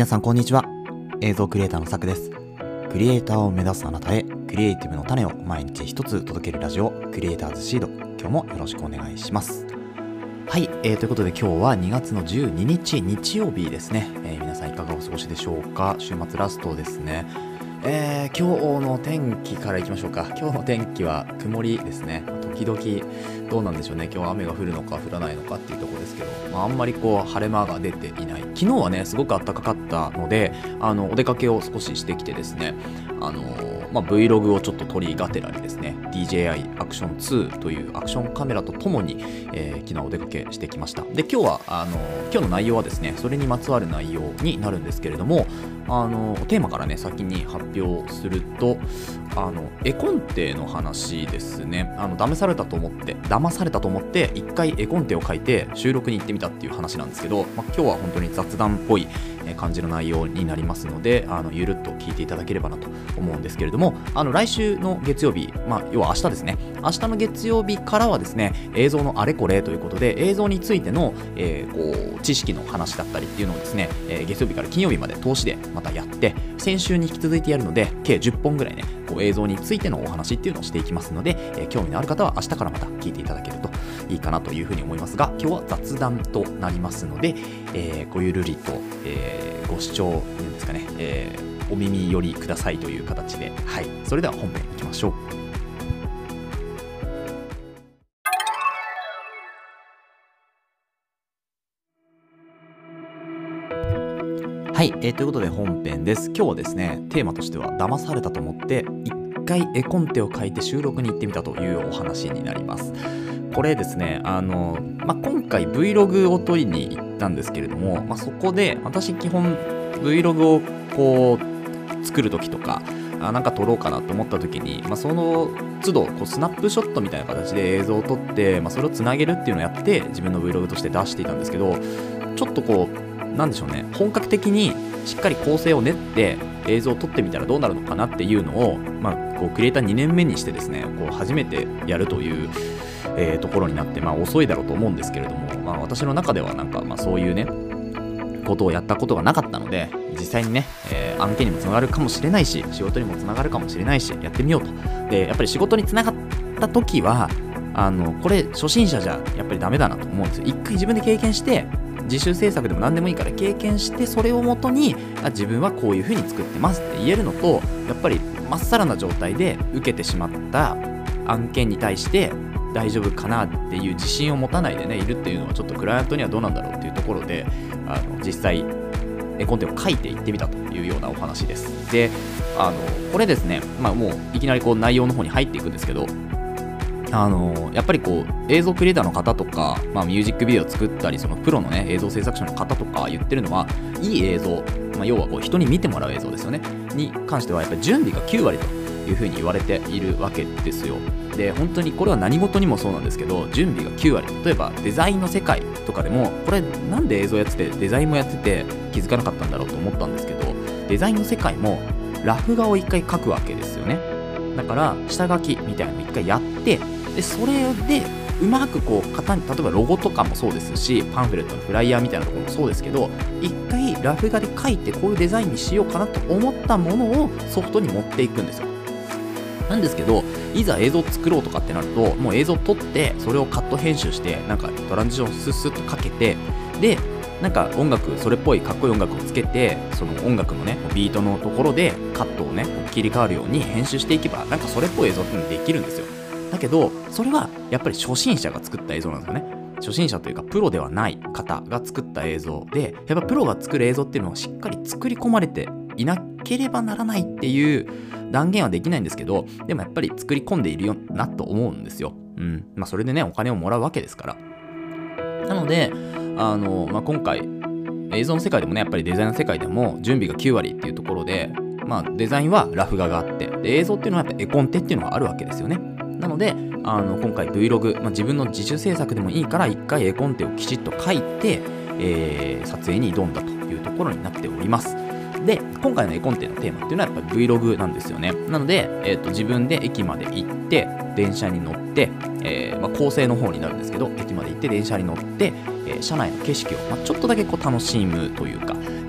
皆さんこんにちは。映像クリエイターのさくです。クリエイターを目指すあなたへ、クリエイティブの種を毎日一つ届けるラジオ、クリエイターズシード。今日もよろしくお願いします。はい、ということで今日は2月の12日日曜日ですね。皆さんいかがお過ごしでしょうか。週末ラストですね。今日の天気からいきましょうか。今日の天気は曇りですね。時々どうなんでしょうね。今日は雨が降るのか降らないのかっていうところですけど、あんまり晴れ間が出ていない。昨日はねすごく暖かかったので、お出かけを少ししてきてですね、Vlog をちょっと撮りがてらにですね、 DJI Action 2というアクションカメラとともに、昨日お出かけしてきました。で今日は今日の内容はですね、それにまつわる内容になるんですけれども、テーマからね先に発表すると、絵コンテの話ですね。騙されたと思って一回絵コンテを書いて収録に行ってみたっていう話なんですけど、今日は本当に雑談っぽい感じの内容になりますので、ゆるっと聞いていただければなと思うんですけれども、来週の月曜日、要は明日ですね、明日の月曜日からはですね、映像のあれこれということで、映像についての、知識の話だったりっていうのをですね、月曜日から金曜日まで通しでまたやって、先週に引き続いてやるので計10本ぐらいね、映像についてのお話っていうのをしていきますので、興味のある方は明日からまた聞いていただけるといいかなというふうに思いますが、今日は雑談となりますので、ごゆるりと、ご視聴ですかね、お耳寄りくださいという形で、はい、それでは本編いきましょう。はい、ということで本編です。今日はですね、テーマとしては騙されたと思って一回絵コンテを書いて収録に行ってみたというお話になります。これですね、今回 Vlog を撮りに行ったんですけれども、そこで私基本 Vlog を作る時とかなんか撮ろうかなと思った時に、その都度スナップショットみたいな形で映像を撮って、それをつなげるっていうのをやって自分の Vlog として出していたんですけど、ちょっとなんでしょうね、本格的にしっかり構成を練って映像を撮ってみたらどうなるのかなっていうのを、クリエイター2年目にしてですね、初めてやるという、ところになって、遅いだろうと思うんですけれども、私の中ではそういうねことをやったことがなかったので、実際にね、案件にもつながるかもしれないし、仕事にもつながるかもしれないし、やってみようと。でやっぱり仕事につながった時はこれ初心者じゃやっぱりダメだなと思うんですよ。一回自分で経験して、自主制作でも何でもいいから経験して、それをもとに自分はこういう風に作ってますって言えるのと、やっぱりまっさらな状態で受けてしまった案件に対して大丈夫かなっていう自信を持たないでねいるっていうのは、ちょっとクライアントにはどうなんだろうっていうところで、実際絵コンテを書いていってみたというようなお話です。でこれですね、もういきなり内容の方に入っていくんですけど、やっぱり映像クリエイターの方とか、ミュージックビデオを作ったり、そのプロのね映像制作者の方とか言ってるのは、いい映像、要は人に見てもらう映像ですよねに関してはやっぱり準備が9割というふうに言われているわけですよ。で本当にこれは何事にもそうなんですけど、準備が9割。例えばデザインの世界とかでも、これなんで映像やっててデザインもやってて気づかなかったんだろうと思ったんですけど、デザインの世界もラフ画を一回描くわけですよね。だから下書きみたいなのを一回やって、でそれでうまく型に、例えばロゴとかもそうですし、パンフレットのフライヤーみたいなところもそうですけど、一回ラフ画で描いてこういうデザインにしようかなと思ったものをソフトに持っていくんですよ。なんですけど、いざ映像を作ろうとかってなると、もう映像を撮ってそれをカット編集して、トランジションスッスッとかけて、で音楽、それっぽいかっこいい音楽をつけて、その音楽のねビートのところでカットをね切り替わるように編集していけば、それっぽい映像ってのできるんですよ。だけどそれはやっぱり初心者が作った映像なんですよね。初心者というかプロではない方が作った映像で、やっぱプロが作る映像っていうのはしっかり作り込まれていなければならないっていう断言はできないんですけど、でもやっぱり作り込んでいるよなと思うんですよ。それでねお金をもらうわけですから。なので今回映像の世界でもね、やっぱりデザインの世界でも準備が9割っていうところで、デザインはラフ画があって、で映像っていうのはやっぱ絵コンテっていうのがあるわけですよね。なので今回 Vlog、自分の自主制作でもいいから一回絵コンテをきちっと書いて、撮影に挑んだというところになっております。で今回の絵コンテのテーマっていうのはやっぱり Vlog なんですよね。なので、自分で駅まで行って電車に乗って、構成の方になるんですけど、駅まで行って電車に乗って、車内の景色を、ちょっとだけ楽しむというか、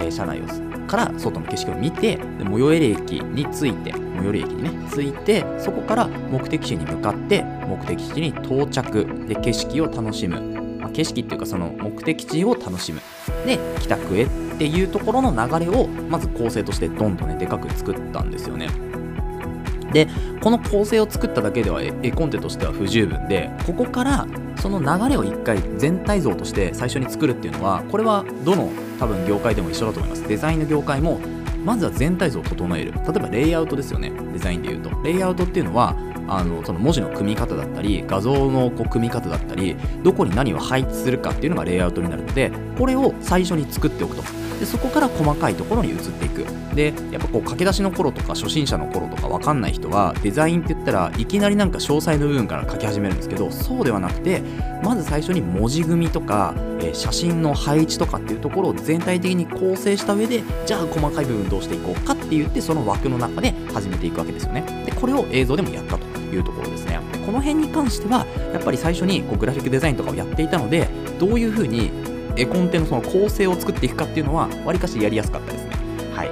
車内から外の景色を見て、で最寄り駅に着いて、そこから目的地に向かって目的地に到着で景色を楽しむ、景色っていうかその目的地を楽しむで帰宅へっていうところの流れをまず構成としてどんどんねでかく作ったんですよね。でこの構成を作っただけでは絵コンテとしては不十分で、ここからその流れを一回全体像として最初に作るっていうのは、これはどの多分業界でも一緒だと思います。デザインの業界もまずは全体像を整える。例えばレイアウトですよね。デザインでいうとレイアウトっていうのはその文字の組み方だったり画像の組み方だったり、どこに何を配置するかっていうのがレイアウトになるので、これを最初に作っておくと。でそこから細かいところに移っていく。でやっぱ駆け出しの頃とか初心者の頃とか分かんない人は、デザインって言ったらいきなりなんか詳細の部分から書き始めるんですけど、そうではなくてまず最初に文字組みとか、写真の配置とかっていうところを全体的に構成した上で、じゃあ細かい部分どうしていこうかって言って、その枠の中で始めていくわけですよね。でこれを映像でもやったというところですね。でこの辺に関してはやっぱり最初にグラフィックデザインとかをやっていたので、どういう風に絵コンテのその構成を作っていくかっていうのはわりかしやりやすかったですね。はい。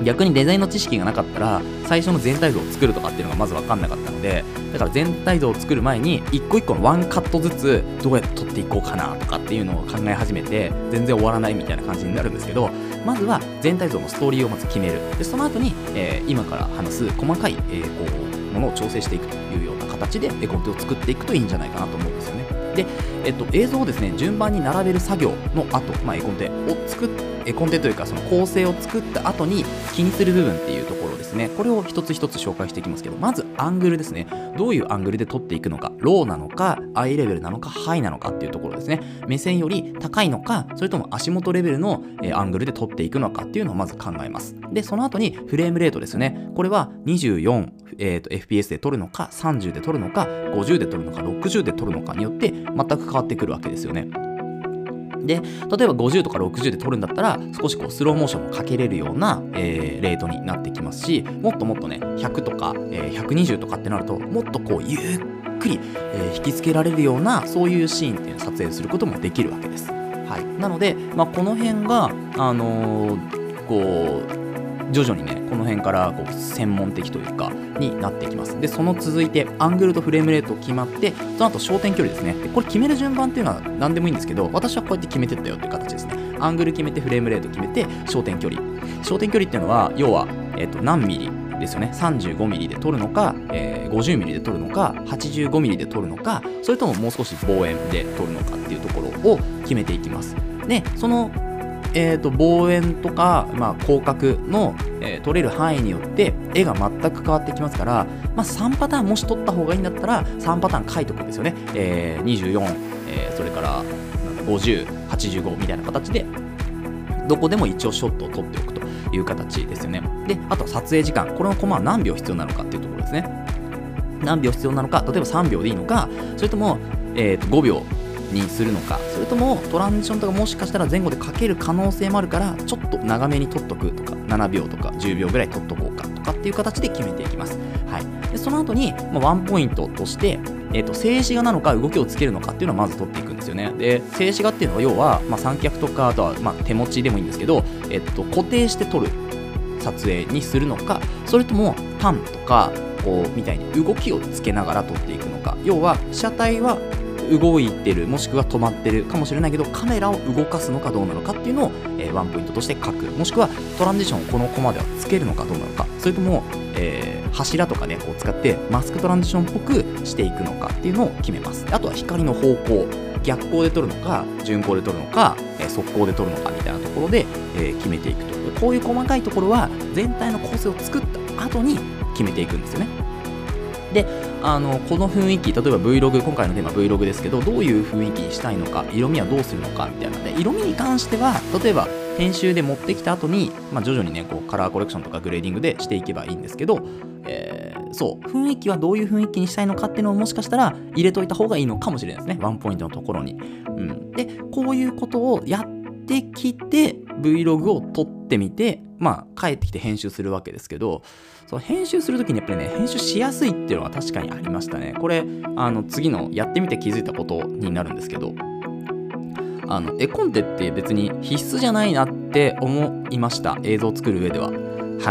逆にデザインの知識がなかったら最初の全体像を作るとかっていうのがまず分かんなかったので、だから全体像を作る前に一個一個のワンカットずつどうやって撮っていこうかなとかっていうのを考え始めて、全然終わらないみたいな感じになるんですけど、まずは全体像のストーリーをまず決める。でその後に、今から話す細かい、ものを調整していくというような形で絵コンテを作っていくといいんじゃないかなと思うんですよね。で、映像をですね順番に並べる作業の後、絵コンテを絵コンテというかその構成を作った後に気にする部分っていうところですね。これを一つ一つ紹介していきますけど、まずアングルですね。どういうアングルで撮っていくのか、ローなのかアイレベルなのかハイなのかっていうところですね。目線より高いのか、それとも足元レベルの、アングルで撮っていくのかっていうのをまず考えます。でその後にフレームレートですね。これは24FPS で撮るのか30で撮るのか50で撮るのか60で撮るのかによって全く変わってくるわけですよね。で例えば50とか60で撮るんだったら少しスローモーションもかけれるような、レートになってきますし、もっともっとね100とか、120とかってなるともっとゆっくり、引きつけられるようなそういうシーンっていうのを撮影することもできるわけです。はい、なので、この辺が徐々にねこの辺から専門的というかになっていきます。でその続いてアングルとフレームレート決まって、その後焦点距離ですね。でこれ決める順番っていうのは何でもいいんですけど、私はこうやって決めてったよっていう形ですね。アングル決めてフレームレート決めて焦点距離っていうのは要は、何ミリですよね。35ミリで撮るのか、50ミリで撮るのか85ミリで撮るのか、それとももう少し望遠で撮るのかっていうところを決めていきます。でその望遠とか、広角の、撮れる範囲によって絵が全く変わってきますから、3パターンもし撮った方がいいんだったら3パターン書いておくんですよね。24、それから50、85みたいな形でどこでも一応ショットを撮っておくという形ですよね。であとは撮影時間、これのコマは何秒必要なのかっていうところですね。何秒必要なのか、例えば3秒でいいのか、それとも、5秒にするのか、それともトランジションとかもしかしたら前後でかける可能性もあるからちょっと長めに撮っとくとか、7秒とか10秒ぐらい撮っとこうかとかっていう形で決めていきます。はい、でその後に、ワンポイントとして、静止画なのか動きをつけるのかっていうのをまず撮っていくんですよね。で静止画っていうのは要は、三脚とかあとは、手持ちでもいいんですけど、固定して撮る撮影にするのか、それともパンとかみたいに動きをつけながら撮っていくのか。要は車体は動いてるもしくは止まってるかもしれないけど、カメラを動かすのかどうなのかっていうのを、ワンポイントとして書く。もしくはトランジションをこのコマではつけるのかどうなのか、それとも、柱とかね使ってマスクトランジションっぽくしていくのかっていうのを決めます。あとは光の方向、逆光で撮るのか順光で撮るのか、側光で撮るのかみたいなところで、決めていくと。こういう細かいところは全体の構成を作った後に決めていくんですよね。でこの雰囲気、例えば Vlog、今回のテーマ Vlog ですけど、どういう雰囲気にしたいのか、色味はどうするのかみたいなので、色味に関しては例えば編集で持ってきた後に、徐々にねカラーコレクションとかグレーディングでしていけばいいんですけど、そう雰囲気はどういう雰囲気にしたいのかっていうのをもしかしたら入れといた方がいいのかもしれないですね、ワンポイントのところに。でこういうことをやってきて Vlog を撮ってみて、帰ってきて編集するわけですけど、その編集するときにやっぱりね編集しやすいっていうのは確かにありましたね。これ次のやってみて気づいたことになるんですけど、 絵コンテって別に必須じゃないなって思いました。映像を作る上では。はい。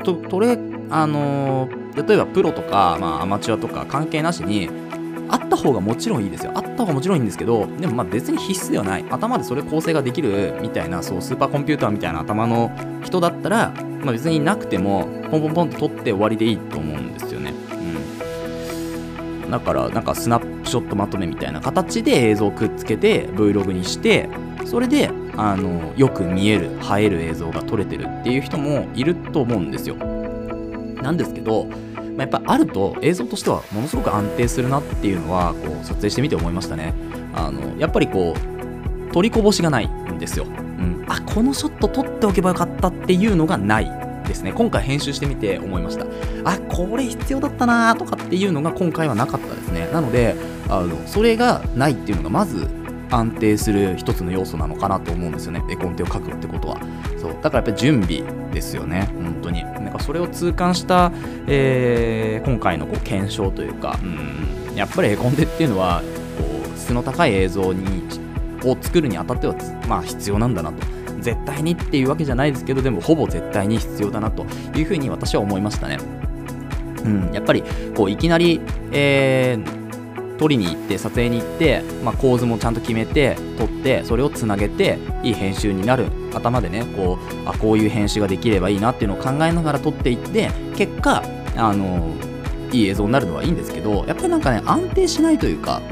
例えばプロとか、アマチュアとか関係なしにあった方がもちろんいいですよ。あった方がもちろんいいんですけど、でも別に必須ではない。頭でそれ構成ができるみたいな、そうスーパーコンピューターみたいな頭の人だったら、別になくてもポンポンポンと撮って終わりでいいと思うんですよね。だからなんかスナップショットまとめみたいな形で映像をくっつけて Vlog にして、それでよく見える映える映像が撮れてるっていう人もいると思うんですよ。なんですけど、やっぱあると映像としてはものすごく安定するなっていうのはこう撮影してみて思いましたね。やっぱりこう取りこぼしがないんですよ。このショット撮っておけばよかったっていうのがないですね。今回編集してみて思いました。これ必要だったなとかっていうのが今回はなかったですね。なのでそれがないっていうのがまず安定する一つの要素なのかなと思うんですよね。絵コンテを描くってことは。そうだからやっぱり準備ですよね。本当になんかそれを痛感した、今回のこう検証というか、やっぱり絵コンテっていうのはこう質の高い映像を作るにあたっては必要なんだなと。絶対にっていうわけじゃないですけど、でもほぼ絶対に必要だなというふうに私は思いましたね。やっぱりこういきなり、撮りに行って撮影に行って、構図もちゃんと決めて撮って、それをつなげていい編集になる、頭でねこういう編集ができればいいなっていうのを考えながら撮っていって、結果いい映像になるのはいいんですけど、やっぱりなんかね安定しないというか、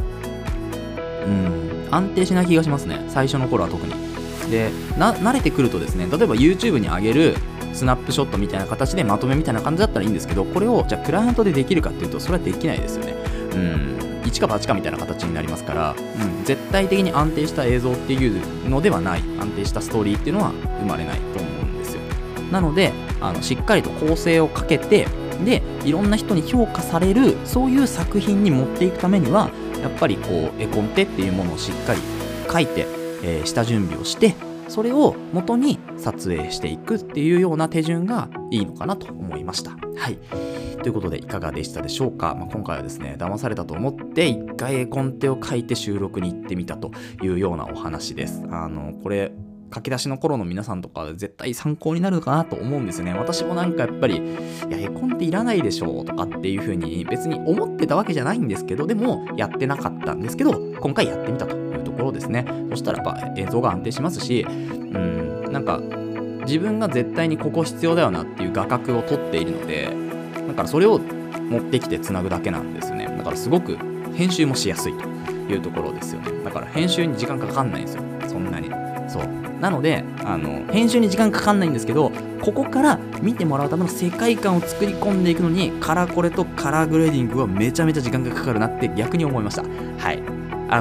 安定しない気がしますね、最初の頃は特に。で慣れてくるとですね、例えば YouTube に上げるスナップショットみたいな形でまとめみたいな感じだったらいいんですけど、これをじゃあクライアントでできるかっていうとそれはできないですよね。一か八かみたいな形になりますから、絶対的に安定した映像っていうのではない、安定したストーリーっていうのは生まれないと思うんですよ。なのでしっかりと構成をかけて、でいろんな人に評価されるそういう作品に持っていくためには、やっぱりこう絵コンテっていうものをしっかり書いて、下準備をして、それを元に撮影していくっていうような手順がいいのかなと思いました。はい。ということでいかがでしたでしょうか。今回はですね、騙されたと思って一回絵コンテを書いて収録に行ってみたというようなお話です。これ書き出しの頃の皆さんとか絶対参考になるのかなと思うんですよね。私もなんかやっぱり絵コンテいらないでしょうとかっていう風に別に思ってたわけじゃないんですけど、でもやってなかったんですけど、今回やってみたというところですね。そしたらやっぱ映像が安定しますし、なんか自分が絶対にここ必要だよなっていう画角を取っているので、だからそれを持ってきてつなぐだけなんですよね。だからすごく編集もしやすいというところですよね。だから編集に時間かかんないんですよ、そんなに。そうなので編集に時間かかんないんですけど、ここから見てもらうための世界観を作り込んでいくのにカラコレとカラーグレーディングはめちゃめちゃ時間がかかるなって逆に思いました。はい。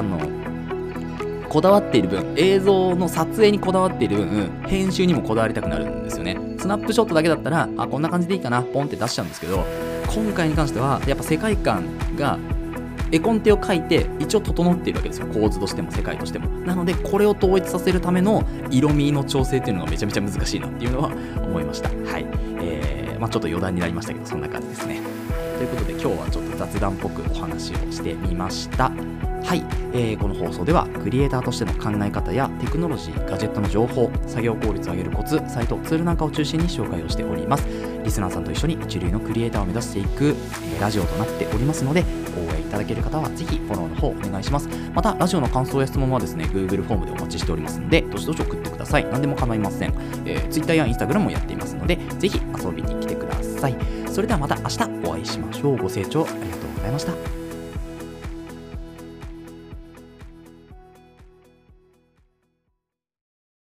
こだわっている分、映像の撮影にこだわっている分、編集にもこだわりたくなるんですよね。スナップショットだけだったらこんな感じでいいかな、ポンって出しちゃうんですけど、今回に関してはやっぱ世界観が絵コンテを書いて一応整っているわけですよ、構図としても世界としても。なのでこれを統一させるための色味の調整っていうのがめちゃめちゃ難しいなっていうのは思いました。はい。ちょっと余談になりましたけど、そんな感じですね。ということで今日はちょっと雑談っぽくお話をしてみました。はい、この放送ではクリエイターとしての考え方やテクノロジー、ガジェットの情報、作業効率を上げるコツ、サイト、ツールなんかを中心に紹介をしております。リスナーさんと一緒に一流のクリエイターを目指していく、ラジオとなっておりますので、応援いただける方はぜひフォローの方お願いします。またラジオの感想や質問はですね Google フォームでお待ちしておりますので、どしどし送ってください。何でも構いません。Twitter や Instagram もやっていますので、ぜひ遊びに来てください。それではまた明日お会いしましょう。ご清聴ありがとうございました。